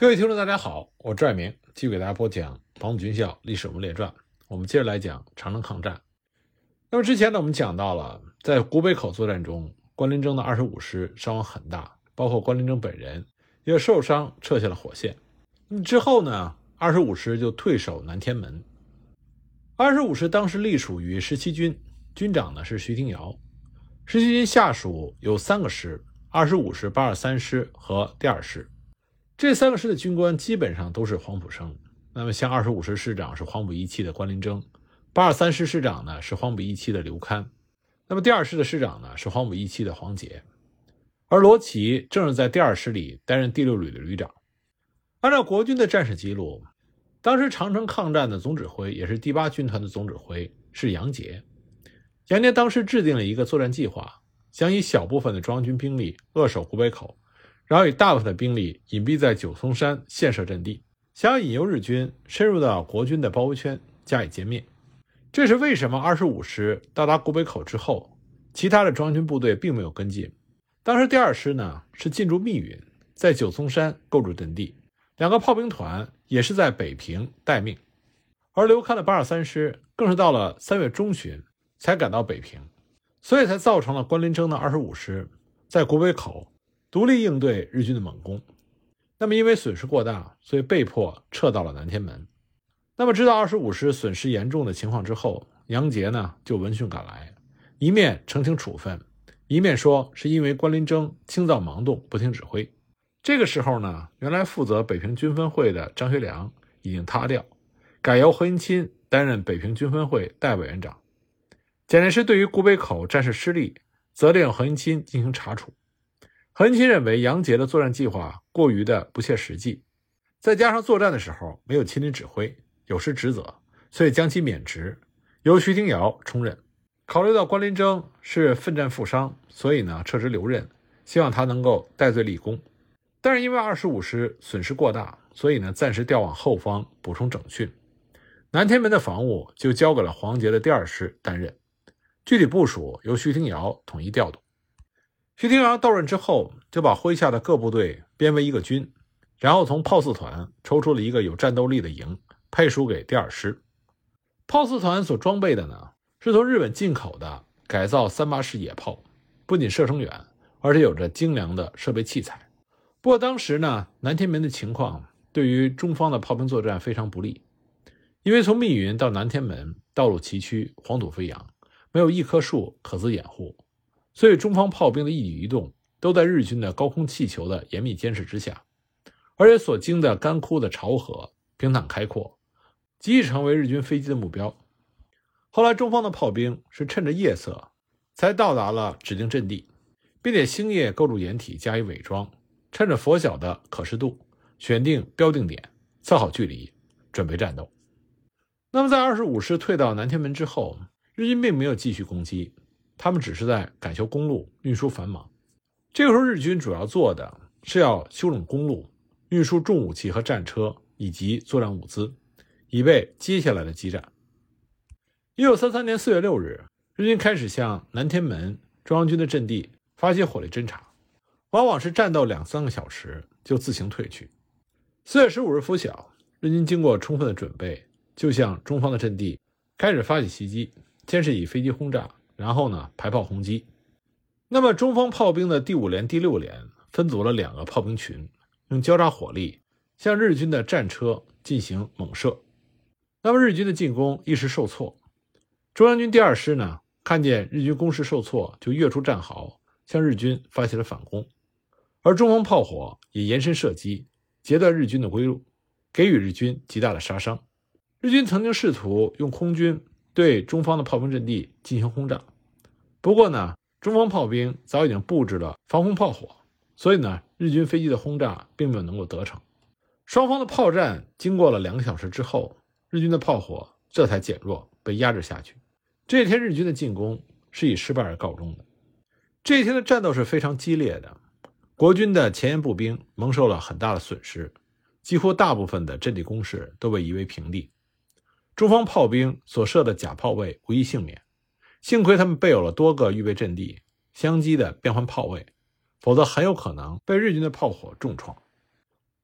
各位听众大家好，我赵爱明继续给大家播讲黄埔军校历史人物列传。我们接着来讲长征抗战。那么之前呢，我们讲到了在古北口作战中，关麟征的25师伤亡很大，包括关麟征本人也受伤撤下了火线。之后呢，25师就退守南天门。25师当时隶属于17军，军长呢是徐廷瑶。17军下属有3个师，25师、823师和第2师。这3个师的军官基本上都是黄埔生。那么像25师师长是黄埔一期的关麟征，823师师长呢是黄埔一期的刘戡，那么第2师的师长呢是黄埔一期的黄杰，而罗琦正是在第2师里担任第6旅的旅长。按照国军的战史记录，当时长城抗战的总指挥也是第8军团的总指挥是杨杰。杨杰当时制定了一个作战计划，想以小部分的中央军兵力扼守古北口，然后以大部分的兵力隐蔽在九松山建设阵地，想要引诱日军深入到国军的包围圈加以歼灭。这是为什么25师到达古北口之后，其他的中央军部队并没有跟进。当时第2师呢是进驻密云，在九松山构筑阵地，2个炮兵团也是在北平待命，而刘戡的823师更是到了3月中旬才赶到北平，所以才造成了关麟征的25师在古北口独立应对日军的猛攻。那么因为损失过大，所以被迫撤到了南天门。那么知道25师损失严重的情况之后，杨杰呢就闻讯赶来，一面澄清处分，一面说是因为关麟征轻躁盲动，不听指挥。这个时候呢，原来负责北平军分会的张学良已经塌掉，改由何应钦担任北平军分会代委员长。蒋介石对于古北口战事失利，责令何应钦进行查处。何应钦认为杨杰的作战计划过于的不切实际，再加上作战的时候没有亲临指挥，有失职责，所以将其免职，由徐廷瑶充任。考虑到关麟征是奋战负伤，所以呢撤职留任，希望他能够戴罪立功。但是因为25师损失过大，所以呢暂时调往后方补充整训。南天门的防务就交给了黄杰的第2师担任，具体部署由徐廷瑶统一调度。徐廷瑶到任之后，就把麾下的各部队编为一个军，然后从炮四团抽出了一个有战斗力的营，配属给第2师。炮四团所装备的呢，是从日本进口的改造38式野炮，不仅射程远，而且有着精良的设备器材。不过当时呢，南天门的情况对于中方的炮兵作战非常不利，因为从密云到南天门道路崎岖，黄土飞扬，没有一棵树可资掩护，所以中方炮兵的一举一动都在日军的高空气球的严密监视之下，而且所经的干枯的潮河平坦开阔，极易成为日军飞机的目标。后来中方的炮兵是趁着夜色才到达了指定阵地，并且星夜构筑掩体加以伪装，趁着拂晓的可视度选定标定点，测好距离，准备战斗。那么在25师退到南天门之后，日军并没有继续攻击，他们只是在改修公路，运输繁忙。这个时候日军主要做的是要修整公路，运输重武器和战车以及作战物资，以备接下来的激战。1933年4月6日，日军开始向南天门中央军的阵地发起火力侦察，往往是战斗2-3个小时就自行退去。4月15日拂晓，日军经过充分的准备，就向中方的阵地开始发起袭击，先是以飞机轰炸，然后呢排炮轰击。那么中方炮兵的第5连、第6连分组了2个炮兵群，用交叉火力向日军的战车进行猛射。那么日军的进攻一时受挫，中央军第2师呢看见日军攻势受挫，就跃出战壕，向日军发起了反攻。而中方炮火也延伸射击，截断日军的归路，给予日军极大的杀伤。日军曾经试图用空军对中方的炮兵阵地进行轰炸，不过呢中方炮兵早已经布置了防空炮火，所以呢日军飞机的轰炸并没有能够得逞。双方的炮战经过了2个小时之后，日军的炮火这才减弱，被压制下去。这一天日军的进攻是以失败而告终的。这一天的战斗是非常激烈的，国军的前沿步兵蒙受了很大的损失，几乎大部分的阵地工事都被夷为平地。中方炮兵所设的假炮位无一幸免，幸亏他们备有了多个预备阵地，相机的变换炮位，否则很有可能被日军的炮火重创。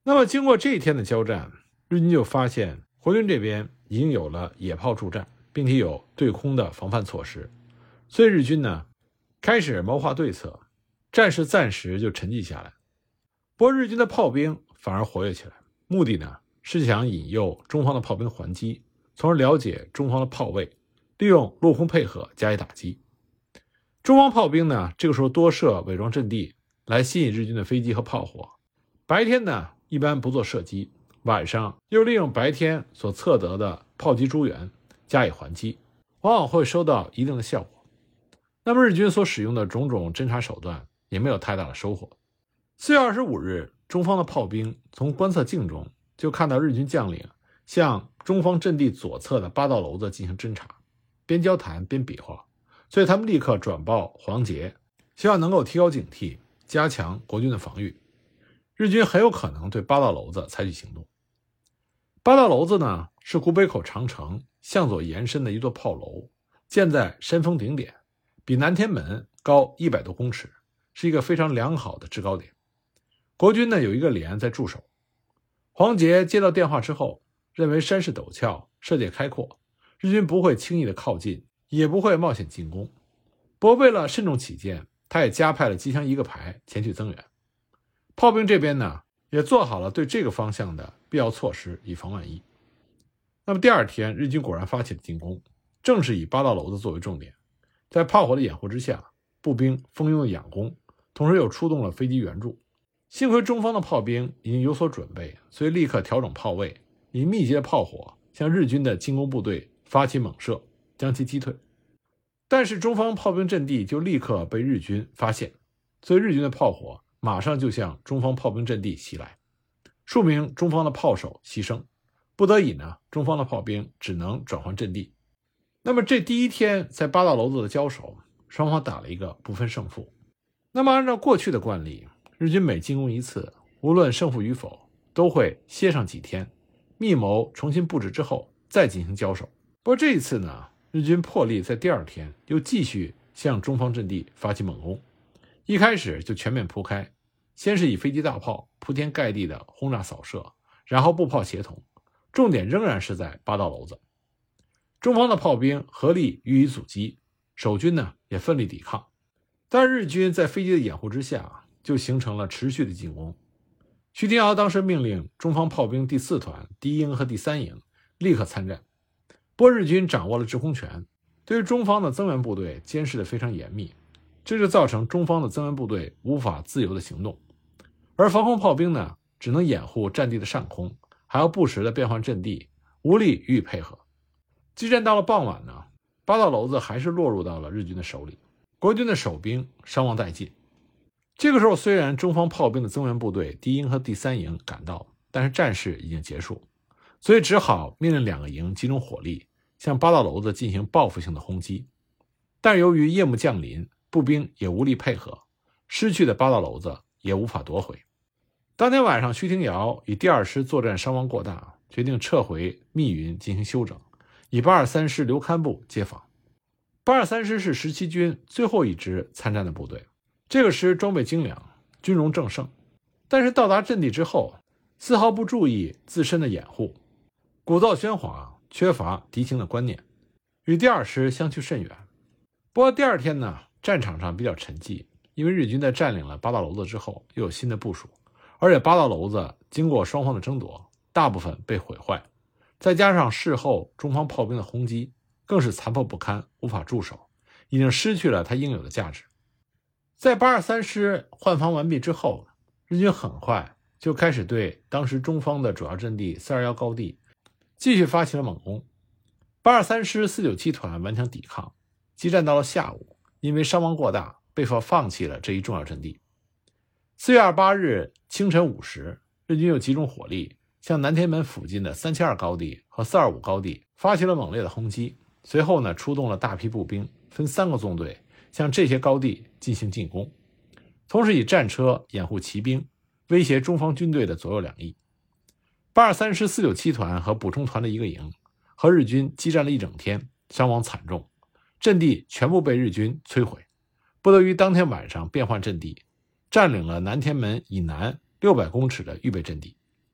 那么经过这一天的交战，日军就发现国军这边已经有了野炮助战，并且有对空的防范措施，所以日军呢开始谋划对策，战事暂时就沉寂下来。不过日军的炮兵反而活跃起来，目的呢是想引诱中方的炮兵还击，从而了解中方的炮位，利用陆空配合加以打击。中方炮兵呢这个时候多设伪装阵地来吸引日军的飞机和炮火，白天呢一般不做射击，晚上又利用白天所测得的炮击诸元加以还击，往往会收到一定的效果。那么日军所使用的种种侦察手段也没有太大的收获。4月25日，中方的炮兵从观测镜中就看到日军将领向中方阵地左侧的八道楼子进行侦察，边交谈边比划，所以他们立刻转报黄杰，希望能够提高警惕，加强国军的防御。日军很有可能对八道楼子采取行动。八道楼子呢是古北口长城向左延伸的一座炮楼，建在山峰顶点，比南天门高100多公尺，是一个非常良好的制高点。国军呢有一个连在驻守。黄杰接到电话之后，认为山势陡峭，射界开阔，日军不会轻易的靠近，也不会冒险进攻。不过为了慎重起见，他也加派了机枪1个排前去增援。炮兵这边呢也做好了对这个方向的必要措施，以防万一。那么第二天，日军果然发起了进攻，正是以八道楼子作为重点。在炮火的掩护之下，步兵蜂拥的仰攻，同时又出动了飞机援助。幸亏中方的炮兵已经有所准备，所以立刻调整炮位，以密集的炮火向日军的进攻部队发起猛射，将其击退。但是中方炮兵阵地就立刻被日军发现，所以日军的炮火马上就向中方炮兵阵地袭来，数名中方的炮手牺牲，不得已呢，中方的炮兵只能转换阵地。那么这第一天在八道楼子的交手，双方打了一个不分胜负。那么按照过去的惯例，日军每进攻一次，无论胜负与否，都会歇上几天，密谋重新布置之后再进行交手。不过这一次呢，日军破例在第二天又继续向中方阵地发起猛攻，一开始就全面铺开，先是以飞机大炮铺天盖地的轰炸扫射，然后步炮协同，重点仍然是在八道楼子。中方的炮兵合力予以阻击，守军呢也奋力抵抗，但日军在飞机的掩护之下，就形成了持续的进攻。徐廷瑶当时命令中方炮兵第4团、第1营和第3营立刻参战。不过日军掌握了制空权，对于中方的增援部队监视得非常严密，这就造成中方的增援部队无法自由的行动，而防空炮兵呢只能掩护战地的上空，还要不时的变换阵地，无力予以配合。激战到了傍晚呢，八道楼子还是落入到了日军的手里，国军的守兵伤亡殆尽。这个时候虽然中方炮兵的增援部队第1营和第3营赶到，但是战事已经结束，所以只好命令2个营集中火力向八道楼子进行报复性的轰击。但是由于夜幕降临，步兵也无力配合，失去的八道楼子也无法夺回。当天晚上，徐廷瑶以第2师作战伤亡过大，决定撤回密云进行休整，以823师刘堪部接防。823师是17军最后一支参战的部队，这个师装备精良，军容正盛，但是到达阵地之后，丝毫不注意自身的掩护，鼓噪喧哗，缺乏敌情的观念，与第2师相去甚远。不过第二天呢，战场上比较沉寂，因为日军在占领了八道楼子之后又有新的部署，而且八道楼子经过双方的争夺，大部分被毁坏，再加上事后中方炮兵的轰击，更是残破不堪，无法驻守，已经失去了它应有的价值。在823师换防完毕之后，日军很快就开始对当时中方的主要阵地421高地继续发起了猛攻。823师497团顽强抵抗，激战到了下午，因为伤亡过大，被迫放弃了这一重要阵地。4月28日清晨5时，日军又集中火力向南天门附近的372高地和425高地发起了猛烈的轰击，随后呢出动了大批步兵，分3个纵队向这些高地进行进攻，同时以战车掩护骑兵，威胁中方军队的左右两翼。823师497团和补充团的1个营和日军激战了一整天，伤亡惨重，阵地全部被日军摧毁，不得于当天晚上变换阵地，占领了南天门以南600公尺的预备阵地。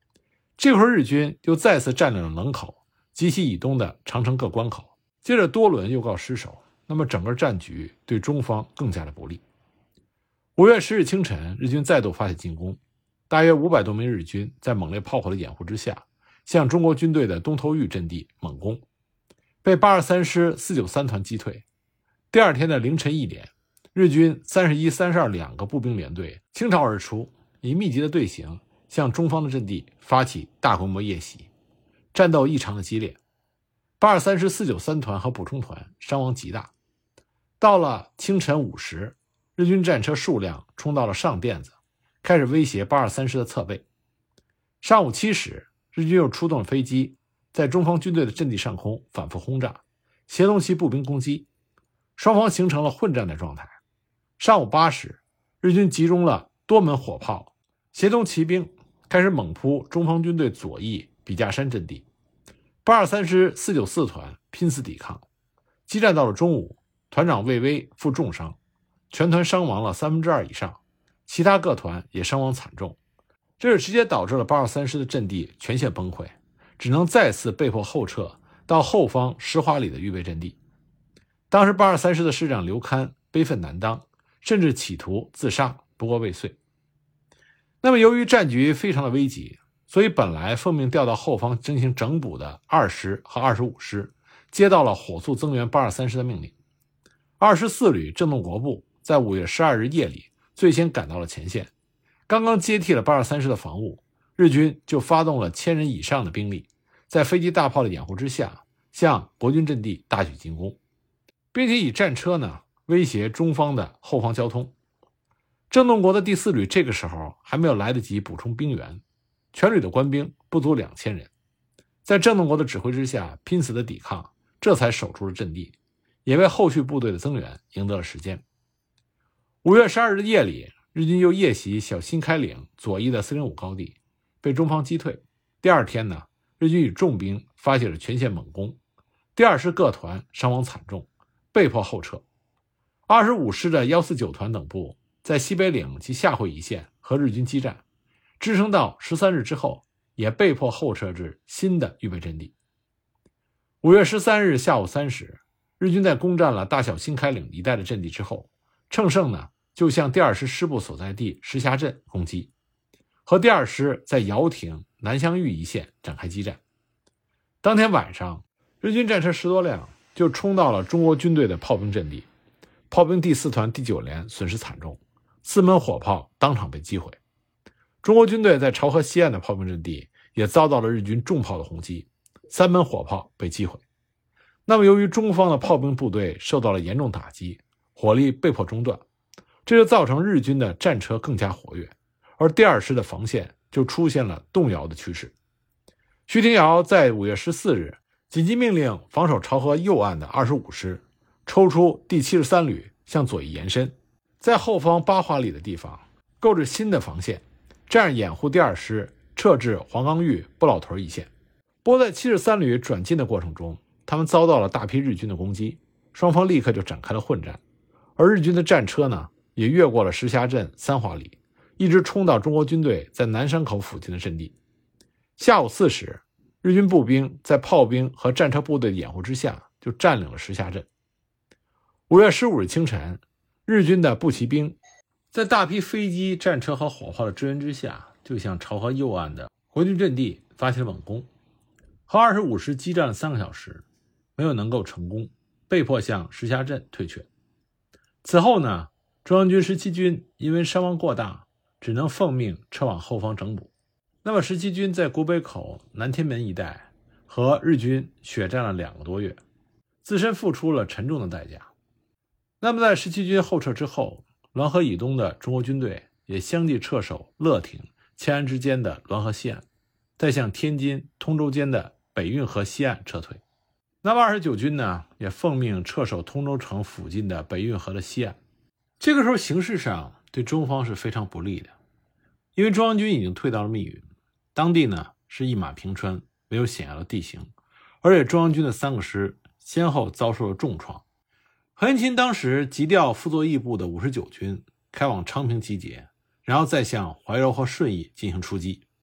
这会儿日军又再次占领了冷口及其以东的长城各关口，接着多伦又告失守，那么整个战局对中方更加的不利。5月10日清晨，日军再度发起进攻，大约500多名日军在猛烈炮火的掩护之下，向中国军队的东头峪阵地猛攻，被823师493团击退。第二天的凌晨1点，日军31、32两个步兵联队倾巢而出，以密集的队形向中方的阵地发起大规模夜袭，战斗异常的激烈。823师493团和补充团伤亡极大。到了清晨5时，日军战车数量冲到了上甸子，开始威胁823师的侧背。上午7时，日军又出动了飞机，在中方军队的阵地上空反复轰炸，协同其步兵攻击，双方形成了混战的状态。上午8时，日军集中了多门火炮，协同骑兵开始猛扑中方军队左翼笔架山阵地。823师494团拼死抵抗，激战到了中午，团长魏巍负重伤，全团伤亡了2/3以上，其他各团也伤亡惨重。这是直接导致了823师的阵地全线崩溃，只能再次被迫后撤到后方石华里的预备阵地。当时823师的师长刘戡悲愤难当，甚至企图自杀，不过未遂。那么由于战局非常的危急，所以本来奉命调到后方进行整补的2师和25师接到了火速增援823师的命令。24旅郑洞国部在5月12日夜里最先赶到了前线，刚刚接替了823师的防务，日军就发动了1000人以上的兵力，在飞机大炮的掩护之下，向国军阵地大举进攻，并且以战车威胁中方的后方交通。郑洞国的第4旅这个时候还没有来得及补充兵员，全旅的官兵不足2000人，在郑洞国的指挥之下拼死的抵抗，这才守住了阵地，也为后续部队的增援赢得了时间。5月12日的夜里，日军又夜袭小新开岭左翼的405高地，被中方击退。第二天日军以重兵发起了全线猛攻，第2师各团伤亡惨重，被迫后撤。25师的149团等部在西北岭及夏会一线和日军激战，支撑到13日之后，也被迫后撤至新的预备阵地。5月13日下午3时，日军在攻占了大小新开岭一带的阵地之后，乘胜就向第2师师部所在地石峡镇攻击，和第2师在姚亭、南乡峪一线展开激战。当天晚上，日军战车10多辆就冲到了中国军队的炮兵阵地，炮兵第4团第9连损失惨重，4门火炮当场被击毁。中国军队在潮河西岸的炮兵阵地也遭到了日军重炮的轰击，3门火炮被击毁。那么由于中方的炮兵部队受到了严重打击，火力被迫中断，这就造成日军的战车更加活跃，而第2师的防线就出现了动摇的趋势。徐廷瑶在5月14日紧急命令防守潮河右岸的25师抽出第73旅向左翼延伸，在后方8华里的地方构置新的防线，这样掩护第2师撤至黄冈峪、不老屯一线。不过在73旅转进的过程中，他们遭到了大批日军的攻击，双方立刻就展开了混战，而日军的战车也越过了石峡镇3华里，一直冲到中国军队在南山口附近的阵地。下午4时，日军步兵在炮兵和战车部队的掩护之下就占领了石峡镇。5月15日清晨，日军的步骑兵在大批飞机、战车和火炮的支援之下，就向潮河右岸的国军阵地发起了猛攻，和25师激战了3个小时，没有能够成功，被迫向石峡镇退却。此后中央军17军因为伤亡过大，只能奉命撤往后方整补。那么17军在古北口、南天门一带和日军血战了2个多月，自身付出了沉重的代价。那么在17军后撤之后，滦河以东的中国军队也相继撤守乐亭、迁安之间的滦河西岸，再向天津、通州间的北运河西岸撤退。那么29军也奉命撤守通州城附近的北运河的西岸。这个时候形势上对中方是非常不利的，因为中央军已经退到了密云，当地是一马平川，没有险要的地形，而且中央军的3个师先后遭受了重创。何应钦当时急调辅佐役部的59军开往昌平集结，然后再向怀柔和顺义进行出击。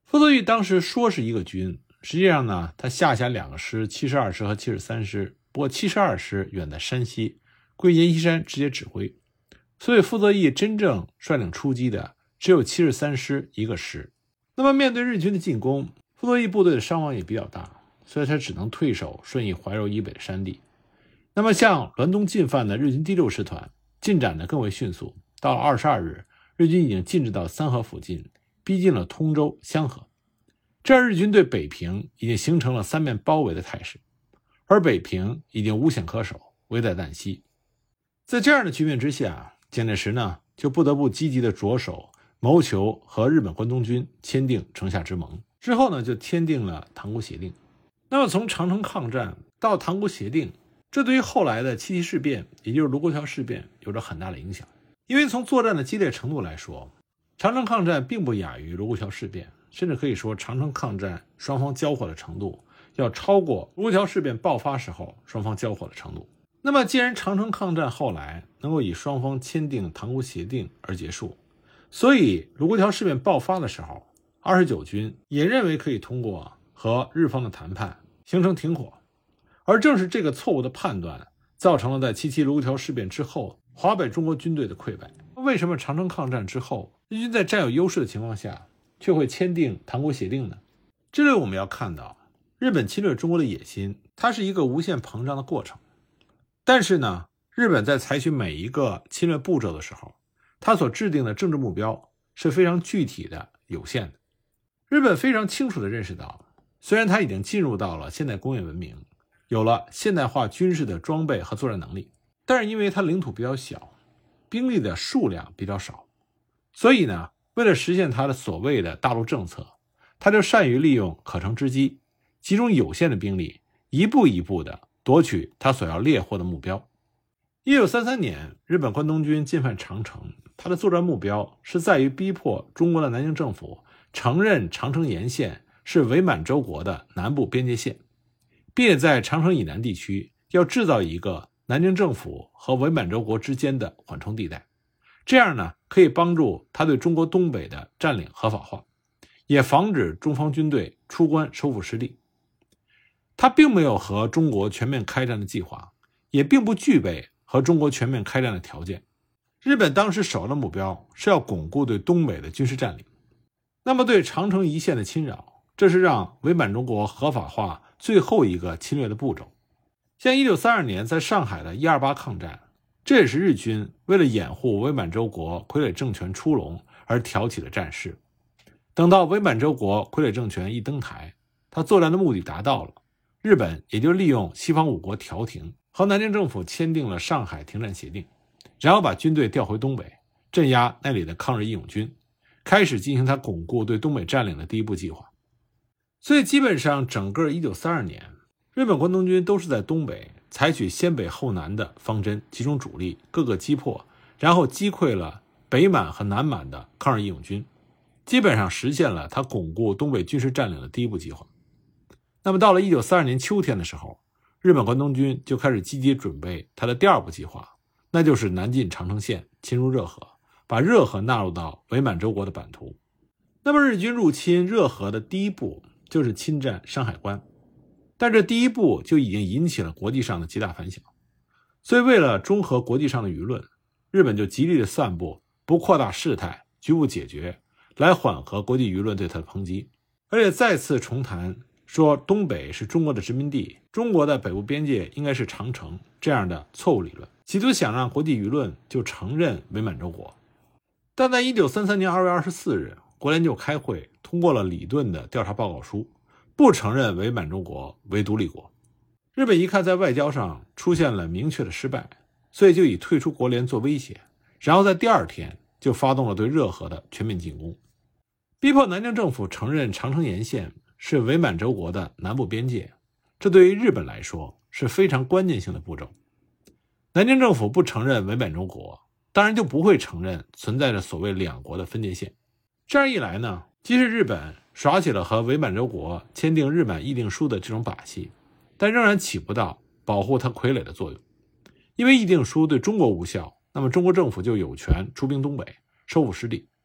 傅作义当时说是一个军，实际上呢，他下辖2个师，72师和73师。不过72师远在山西，归阎锡山直接指挥，所以傅作义真正率领出击的只有73师1个师。那么面对日军的进攻，傅作义部队的伤亡也比较大，所以他只能退守顺义怀柔以北的山地。那么向滦东进犯的日军第6师团进展得更为迅速，到了22日，日军已经进至到三河附近，逼近了通州、香河。这样日军对北平已经形成了3面包围的态势，而北平已经无险可守，危在旦夕。在这样的局面之下，蒋介石呢就不得不积极的着手谋求和日本关东军签订城下之盟，之后呢就签订了塘沽协定。那么从长城抗战到塘沽协定，这对于后来的七七事变，也就是卢沟桥事变有着很大的影响。因为从作战的激烈程度来说，长城抗战并不亚于卢沟桥事变，甚至可以说长城抗战双方交火的程度要超过卢沟桥事变爆发时候双方交火的程度。那么既然长城抗战后来能够以双方签订塘沽协定而结束，所以卢沟桥事变爆发的时候，29军也认为可以通过和日方的谈判形成停火。而正是这个错误的判断，造成了在77卢沟桥事变之后华北中国军队的溃败。为什么长城抗战之后，日军在占有优势的情况下却会签订塘沽协定呢？这里我们要看到，日本侵略中国的野心，它是一个无限膨胀的过程。但是呢，日本在采取每一个侵略步骤的时候，它所制定的政治目标是非常具体的、有限的。日本非常清楚地认识到，虽然它已经进入到了现代工业文明，有了现代化军事的装备和作战能力，但是因为它领土比较小，兵力的数量比较少，所以呢，为了实现它的所谓的大陆政策，它就善于利用可乘之机，集中有限的兵力，一步一步地夺取他所要猎获的目标。1933年，日本关东军进犯长城，它的作战目标是在于逼迫中国的南京政府承认长城沿线是伪满洲国的南部边界线，并且在长城以南地区要制造一个南京政府和伪满洲国之间的缓冲地带，这样呢可以帮助他对中国东北的占领合法化，也防止中方军队出关收复失地。他并没有和中国全面开战的计划，也并不具备和中国全面开战的条件。日本当时首要的目标是要巩固对东北的军事占领。那么对长城一线的侵扰，这是让伪满洲国合法化最后一个侵略的步骤。像1932年在上海的128抗战，这也是日军为了掩护伪满洲国傀儡政权出笼而挑起的战事。等到伪满洲国傀儡政权一登台，他作战的目的达到了，日本也就利用西方5国调停，和南京政府签订了上海停战协定，然后把军队调回东北，镇压那里的抗日义勇军，开始进行他巩固对东北占领的第一步计划。所以基本上整个1932年，日本关东军都是在东北采取先北后南的方针，集中主力，各个击破，然后击溃了北满和南满的抗日义勇军，基本上实现了他巩固东北军事占领的第一步计划。那么到了1932年秋天的时候，日本关东军就开始积极准备他的第二步计划，那就是南进长城线，侵入热河，把热河纳入到伪满洲国的版图。那么日军入侵热河的第一步就是侵占山海关，但这第一步就已经引起了国际上的极大反响。所以为了中和国际上的舆论，日本就极力的散布不扩大事态，局部解决，来缓和国际舆论对他的抨击。而且再次重谈说东北是中国的殖民地，中国的北部边界应该是长城，这样的错误理论，企图想让国际舆论就承认伪满洲国。但在1933年2月24日，国联就开会通过了李顿的调查报告书，不承认伪满洲国为独立国。日本一看在外交上出现了明确的失败，所以就以退出国联做威胁，然后在第二天就发动了对热河的全面进攻，逼迫南京政府承认长城沿线是伪满洲国的南部边界。这对于日本来说是非常关键性的步骤。南京政府不承认伪满洲国，当然就不会承认存在着所谓两国的分界线。这样一来呢，即使日本耍起了和伪满洲国签订日满议定书的这种把戏，但仍然起不到保护他傀儡的作用。因为议定书对中国无效，那么中国政府就有权出兵东北，收复失地。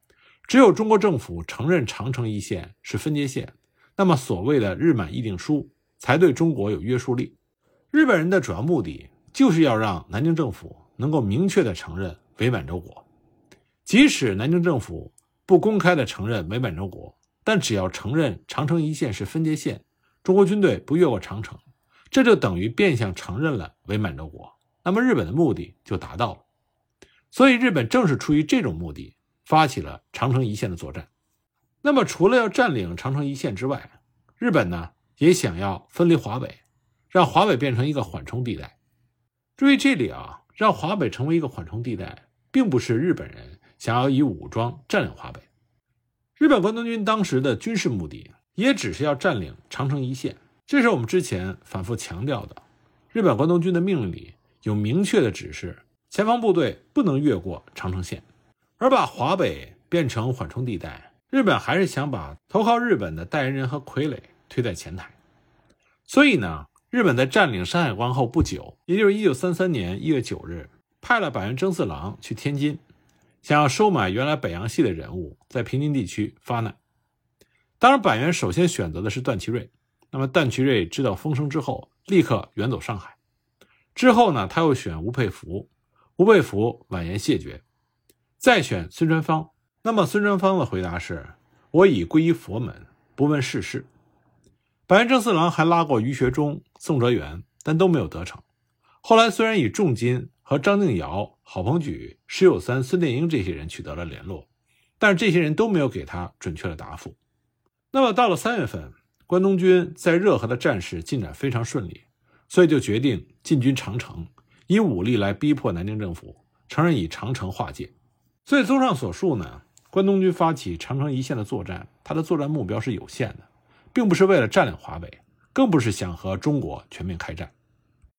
只有中国政府承认长城一线是分界线，那么所谓的日满议定书才对中国有约束力。日本人的主要目的就是要让南京政府能够明确地承认伪满洲国。即使南京政府不公开地承认伪满洲国，但只要承认长城一线是分界线，中国军队不越过长城，这就等于变相承认了伪满洲国，那么日本的目的就达到了。所以日本正是出于这种目的发起了长城一线的作战。那么除了要占领长城一线之外，日本呢也想要分离华北，让华北变成一个缓冲地带。注意这里让华北成为一个缓冲地带，并不是日本人想要以武装占领华北。日本关东军当时的军事目的也只是要占领长城一线，这是我们之前反复强调的。日本关东军的命令里有明确的指示，前方部队不能越过长城线。而把华北变成缓冲地带，日本还是想把投靠日本的代言人和傀儡推在前台。所以呢，日本在占领山海关后不久，也就是1933年1月9日，派了板垣征四郎去天津，想要收买原来北洋系的人物在平津地区发难。当然板垣首先选择的是段祺瑞，那么段祺瑞知道风声之后立刻远走上海。之后呢，他又选吴佩孚，吴佩孚婉言谢绝，再选孙传芳。那么孙传芳的回答是：我已皈依佛门，不问世事。板垣征四郎还拉过于学忠、宋哲元，但都没有得逞。后来虽然以重金和张敬尧、郝鹏举、石友三、孙殿英这些人取得了联络，但是这些人都没有给他准确的答复。那么到了3月份，关东军在热河的战事进展非常顺利，所以就决定进军长城，以武力来逼迫南京政府承认以长城划界。所以综上所述呢，关东军发起长城一线的作战，它的作战目标是有限的，并不是为了占领华北，更不是想和中国全面开战。